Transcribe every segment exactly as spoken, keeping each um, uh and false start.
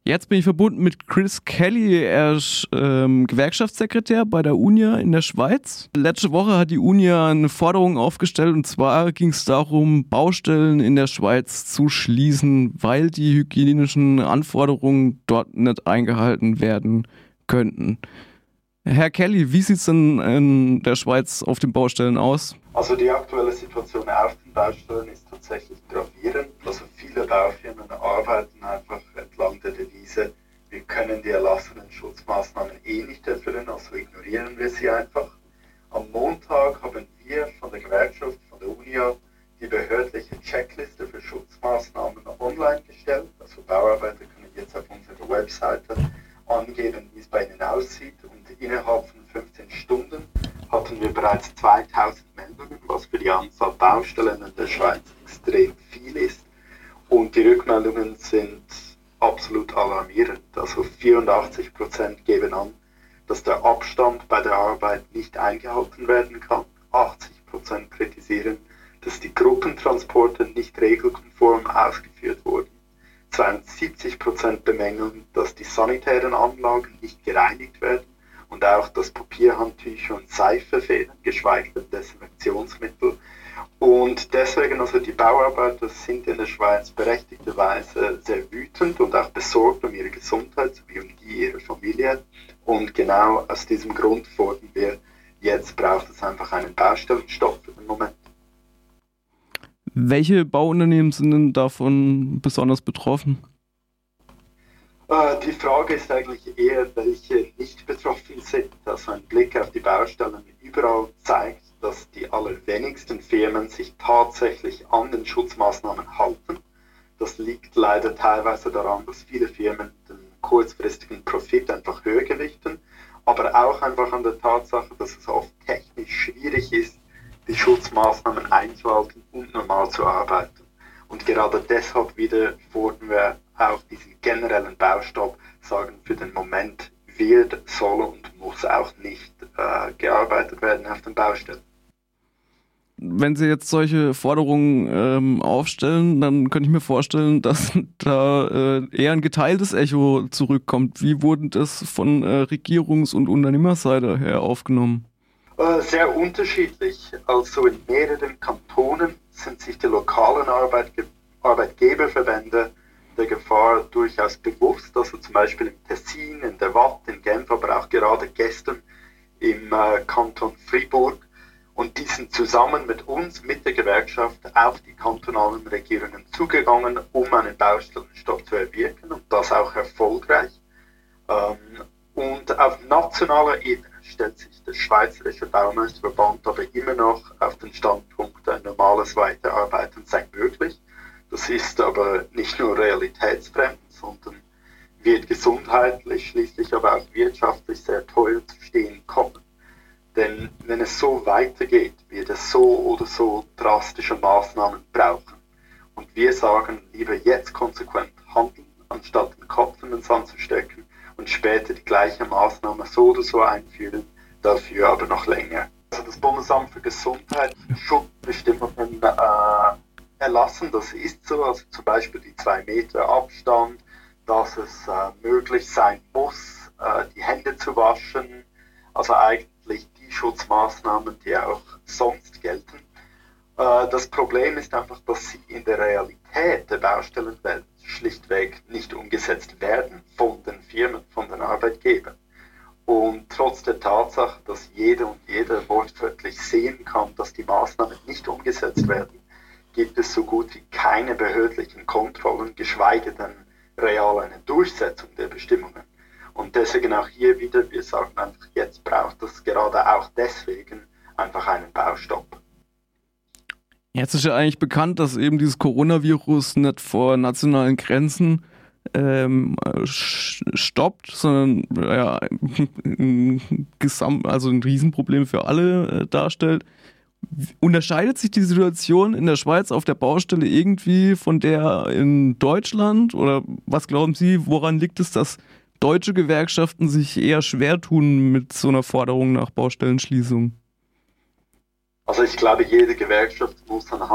Jetzt bin ich verbunden mit Chris Kelly. Er ist ähm, Gewerkschaftssekretär bei der Unia in der Schweiz. Letzte Woche hat die Unia eine Forderung aufgestellt, und zwar ging es darum, Baustellen in der Schweiz zu schließen, weil die hygienischen Anforderungen dort nicht eingehalten werden könnten. Herr Kelly, wie sieht es denn in der Schweiz auf den Baustellen aus? Also die aktuelle Situation auf den Baustellen ist tatsächlich gravierend. Also viele Baufirmen arbeiten einfach entlang der Devise, wir können die erlassenen Schutzmaßnahmen eh nicht erfüllen, also ignorieren wir sie einfach. Am Montag haben wir von der Gewerkschaft, von der Unia, die behördliche Checkliste für Schutzmaßnahmen online gestellt. Also Bauarbeiter können jetzt auf unserer Webseite angeben, wie es bei ihnen aussieht, und innerhalb von fünfzehn Stunden hatten wir bereits zweitausend Meldungen, was für die Anzahl Baustellen in der Schweiz extrem viel ist, und die Rückmeldungen sind absolut alarmierend. Also vierundachtzig Prozent geben an, dass der Abstand bei der Arbeit nicht eingehalten werden kann, achtzig Prozent kritisieren, dass die Gruppentransporte nicht regelkonform ausgeführt wurden, zweiundsiebzig Prozent bemängeln, dass die sanitären Anlagen nicht gereinigt werden und auch, dass Papierhandtücher und Seife fehlen, geschweige denn Desinfektionsmittel. Und deswegen, also die Bauarbeiter sind in der Schweiz berechtigterweise sehr wütend und auch besorgt um ihre Gesundheit sowie um die ihrer Familie. Und genau aus diesem Grund fordern wir, jetzt braucht es einfach einen Baustellenstopp für den Moment. Welche Bauunternehmen sind denn davon besonders betroffen? Die Frage ist eigentlich eher, welche nicht betroffen sind. Also ein Blick auf die Baustellen überall zeigt, dass die allerwenigsten Firmen sich tatsächlich an den Schutzmaßnahmen halten. Das liegt leider teilweise daran, dass viele Firmen den kurzfristigen Profit einfach höher gewichten, aber auch einfach an der Tatsache, dass es oft technisch schwierig ist, die Schutzmaßnahmen einzuhalten und normal zu arbeiten. Und gerade deshalb wieder fordern wir auch diesen generellen Baustopp, sagen, für den Moment wird, soll und muss auch nicht äh, gearbeitet werden auf den Baustellen. Wenn Sie jetzt solche Forderungen ähm, aufstellen, dann könnte ich mir vorstellen, dass da äh, eher ein geteiltes Echo zurückkommt. Wie wurde das von äh, Regierungs- und Unternehmerseite her aufgenommen? Äh, sehr unterschiedlich. Also in mehreren Kantonen sind sich die lokalen Arbeitge- Arbeitgeberverbände der Gefahr durchaus bewusst. Also zum Beispiel im Tessin, in der Waadt, in Genf, aber auch gerade gestern im äh, Kanton Fribourg. Und die sind zusammen mit uns, mit der Gewerkschaft, auf die kantonalen Regierungen zugegangen, um einen Baustellenstopp zu erwirken, und das auch erfolgreich. Ähm, und auf nationaler Ebene stellt sich der Schweizerische Baumeisterverband aber immer noch auf den Standpunkt, ein normales Weiterarbeiten sei möglich. Das ist aber nicht nur realitätsfremd, sondern wird gesundheitlich, schließlich aber auch wirtschaftlich sehr teuer zu stehen kommen. Denn wenn es so weitergeht, wird es so oder so drastische Maßnahmen brauchen. Und wir sagen, lieber jetzt konsequent handeln, anstatt den Kopf in den Sand zu stecken und später die gleiche Maßnahme so oder so einführen, dafür aber noch länger. Also das Bundesamt für Gesundheit Schutzbestimmungen äh, erlassen, das ist so, also zum Beispiel die zwei Meter Abstand, dass es äh, möglich sein muss, äh, die Hände zu waschen, also eigentlich die Schutzmaßnahmen, die auch sonst gelten. Äh, das Problem ist einfach, dass sie in der Realität der Baustellenwelt schlichtweg nicht umgesetzt werden von den Firmen, von den Arbeitgebern. Und trotz der Tatsache, dass jeder und jeder wortwörtlich sehen kann, dass die Maßnahmen nicht umgesetzt werden, gibt es so gut wie keine behördlichen Kontrollen, geschweige denn real eine Durchsetzung der Bestimmungen. Und deswegen auch hier wieder, wir sagen einfach, jetzt braucht es gerade auch deswegen einfach einen Baustopp. Jetzt ist ja eigentlich bekannt, dass eben dieses Coronavirus nicht vor nationalen Grenzen ähm, stoppt, sondern ja, ein Gesamt, also ein Riesenproblem für alle äh, darstellt. Unterscheidet sich die Situation in der Schweiz auf der Baustelle irgendwie von der in Deutschland? Oder was glauben Sie, woran liegt es, dass deutsche Gewerkschaften sich eher schwer tun mit so einer Forderung nach Baustellenschließung? Also ich glaube, jede Gewerkschaft muss anhand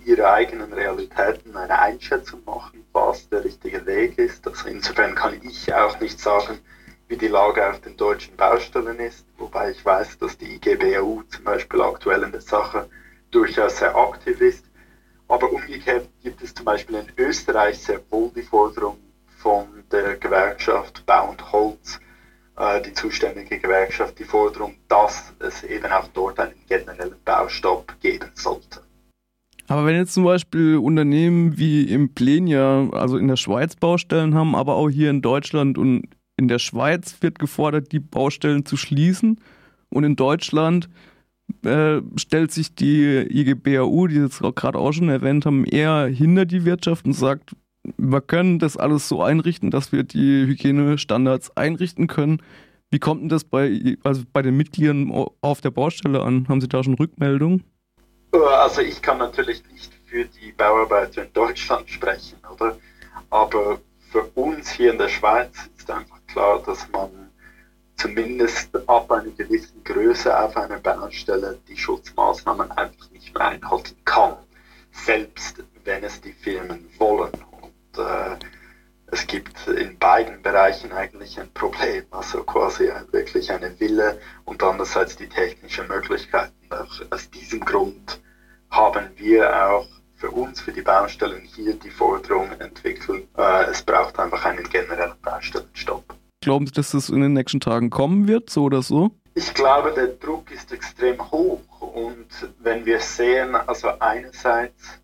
ihre eigenen Realitäten eine Einschätzung machen, was der richtige Weg ist. Also insofern kann ich auch nicht sagen, wie die Lage auf den deutschen Baustellen ist, wobei ich weiß, dass die I G B A U zum Beispiel aktuell in der Sache durchaus sehr aktiv ist. Aber umgekehrt gibt es zum Beispiel in Österreich sehr wohl die Forderung von der Gewerkschaft Bau und Holz, äh, die zuständige Gewerkschaft, die Forderung, dass es eben auch dort einen generellen Baustopp geben sollte. Aber wenn jetzt zum Beispiel Unternehmen wie im Plenia, also in der Schweiz Baustellen haben, aber auch hier in Deutschland und in der Schweiz wird gefordert, die Baustellen zu schließen, und in Deutschland äh, stellt sich die I G B A U, die jetzt gerade auch schon erwähnt haben, eher hinter die Wirtschaft und sagt, wir können das alles so einrichten, dass wir die Hygienestandards einrichten können. Wie kommt denn das bei, also bei den Mitgliedern auf der Baustelle an? Haben Sie da schon Rückmeldungen? Also ich kann natürlich nicht für die Bauarbeiter in Deutschland sprechen, oder? Aber für uns hier in der Schweiz ist einfach klar, dass man zumindest ab einer gewissen Größe auf einer Baustelle die Schutzmaßnahmen einfach nicht mehr einhalten kann, selbst wenn es die Firmen wollen. Und äh, es gibt in beiden Bereichen eigentlich ein Problem, also quasi wirklich eine Wille und andererseits die technischen Möglichkeiten. Auch aus diesem Grund haben wir auch für uns, für die Baustellen hier die Forderung entwickelt, äh, es braucht einfach einen generellen Baustellenstopp. Glauben Sie, dass das in den nächsten Tagen kommen wird, so oder so? Ich glaube, der Druck ist extrem hoch, und wenn wir sehen, also einerseits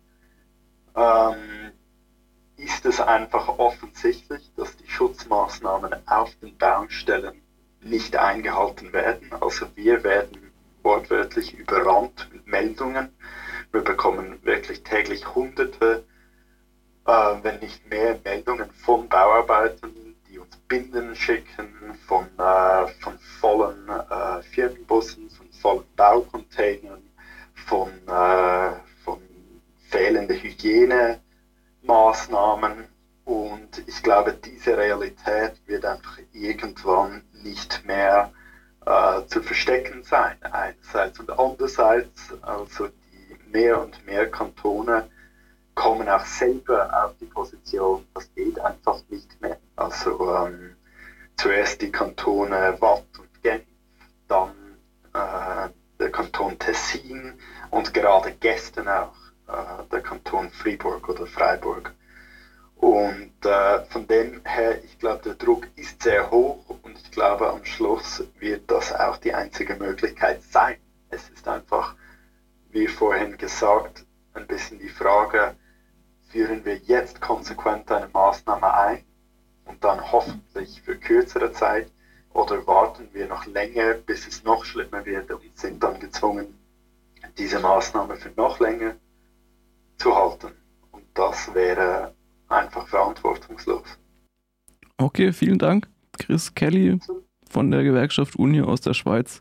ähm, ist es einfach offensichtlich, dass die Schutzmaßnahmen auf den Baustellen nicht eingehalten werden. Also wir werden wortwörtlich überrannt mit Meldungen. Wir bekommen wirklich täglich Hunderte, äh, wenn nicht mehr, Meldungen von Bauarbeitern, die uns Binden schicken, von, äh, von vollen äh, Firmenbussen, von vollen Baucontainern, von, äh, von fehlender Hygienemaßnahmen. Und ich glaube, diese Realität wird einfach irgendwann nicht mehr äh, zu verstecken sein, einerseits. Und andererseits, also die mehr und mehr Kantone kommen auch selber auf die Position, das geht einfach nicht mehr. Also ähm, zuerst die Kantone Waadt und Genf, dann äh, der Kanton Tessin und gerade gestern auch äh, der Kanton Fribourg oder Freiburg. Und äh, von dem her, ich glaube, der Druck ist sehr hoch, und ich glaube, am Schluss wird das auch die einzige Möglichkeit sein. Es ist einfach, wie vorhin gesagt, ein bisschen die Frage, führen wir jetzt konsequent eine Maßnahme ein und dann hoffentlich für kürzere Zeit, oder warten wir noch länger, bis es noch schlimmer wird und sind dann gezwungen, diese Maßnahme für noch länger zu halten. Und das wäre einfach verantwortungslos. Okay, vielen Dank. Chris Kelly von der Gewerkschaft Uni aus der Schweiz.